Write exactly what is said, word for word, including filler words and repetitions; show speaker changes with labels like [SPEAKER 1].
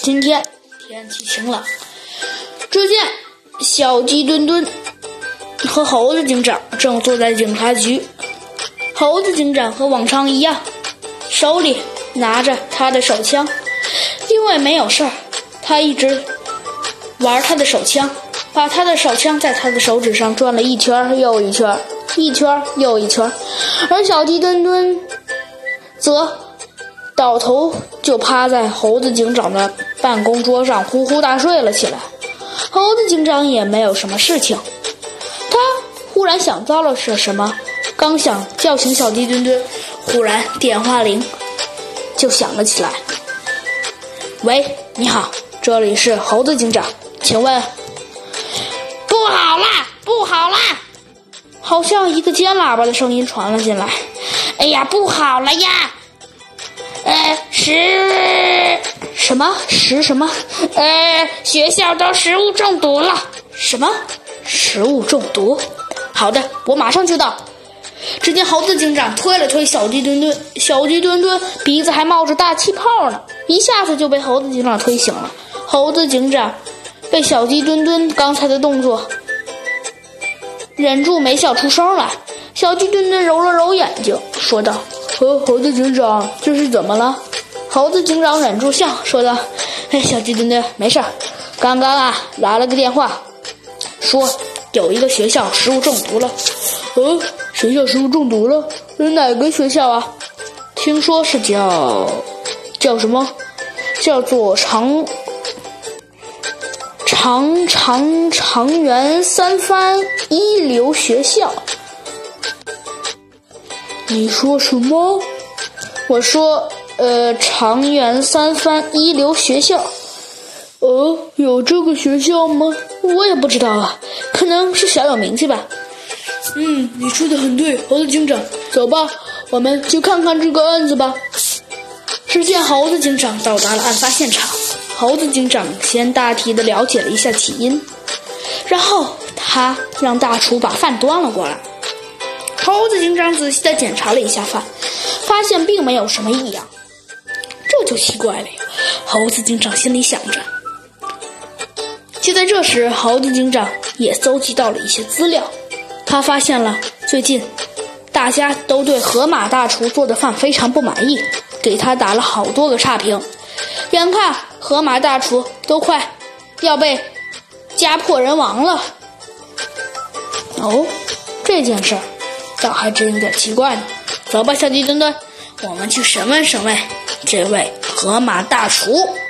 [SPEAKER 1] 今天天气晴朗，只见小鸡墩墩和猴子警长正坐在警察局。猴子警长和往常一样，手里拿着他的手枪，因为没有事儿，他一直玩他的手枪，把他的手枪在他的手指上转了一圈又一圈，一圈又一圈，而小鸡墩墩则倒头就趴在猴子警长的办公桌上呼呼大睡了起来。猴子警长也没有什么事情，他忽然想到了是什么，刚想叫醒小鸡墩墩，忽然电话铃就响了起来。喂，你好，这里是猴子警长，请问。不好啦，不好啦，好像一个尖喇叭的声音传了进来。哎呀，不好了呀，呃，食什么食什么？呃，学校都食物中毒了。什么？食物中毒？好的，我马上就到。只见猴子警长推了推小鸡墩墩，小鸡墩墩鼻子还冒着大气泡呢，一下子就被猴子警长推醒了。猴子警长被小鸡墩墩刚才的动作忍住没笑出声来。小鸡墩墩揉了揉眼睛，说道：呵，猴子警长，这是怎么了？猴子警长忍住笑，说道：哎，小鸡墩墩，没事儿，刚刚啊来了个电话，说有一个学校食物中毒了。呃，学校食物中毒了？是哪个学校啊？听说是叫叫什么？叫做长长长长园三番一流学校。你说什么？我说，呃，长园三番一流学校。呃，有这个学校吗？我也不知道啊，可能是小有名气吧。嗯，你说的很对，猴子警长，走吧，我们去看看这个案子吧。只见猴子警长到达了案发现场，猴子警长先大体的了解了一下起因，然后他让大厨把饭端了过来。猴子警长仔细的检查了一下饭，发现并没有什么异样，这就奇怪了呀。猴子警长心里想着。就在这时，猴子警长也搜集到了一些资料，他发现了最近大家都对河马大厨做的饭非常不满意，给他打了好多个差评，眼看河马大厨都快要被家破人亡了。哦，这件事儿倒还真有点奇怪呢。走吧，小鸡墩墩，我们去审问审问这位河马大厨。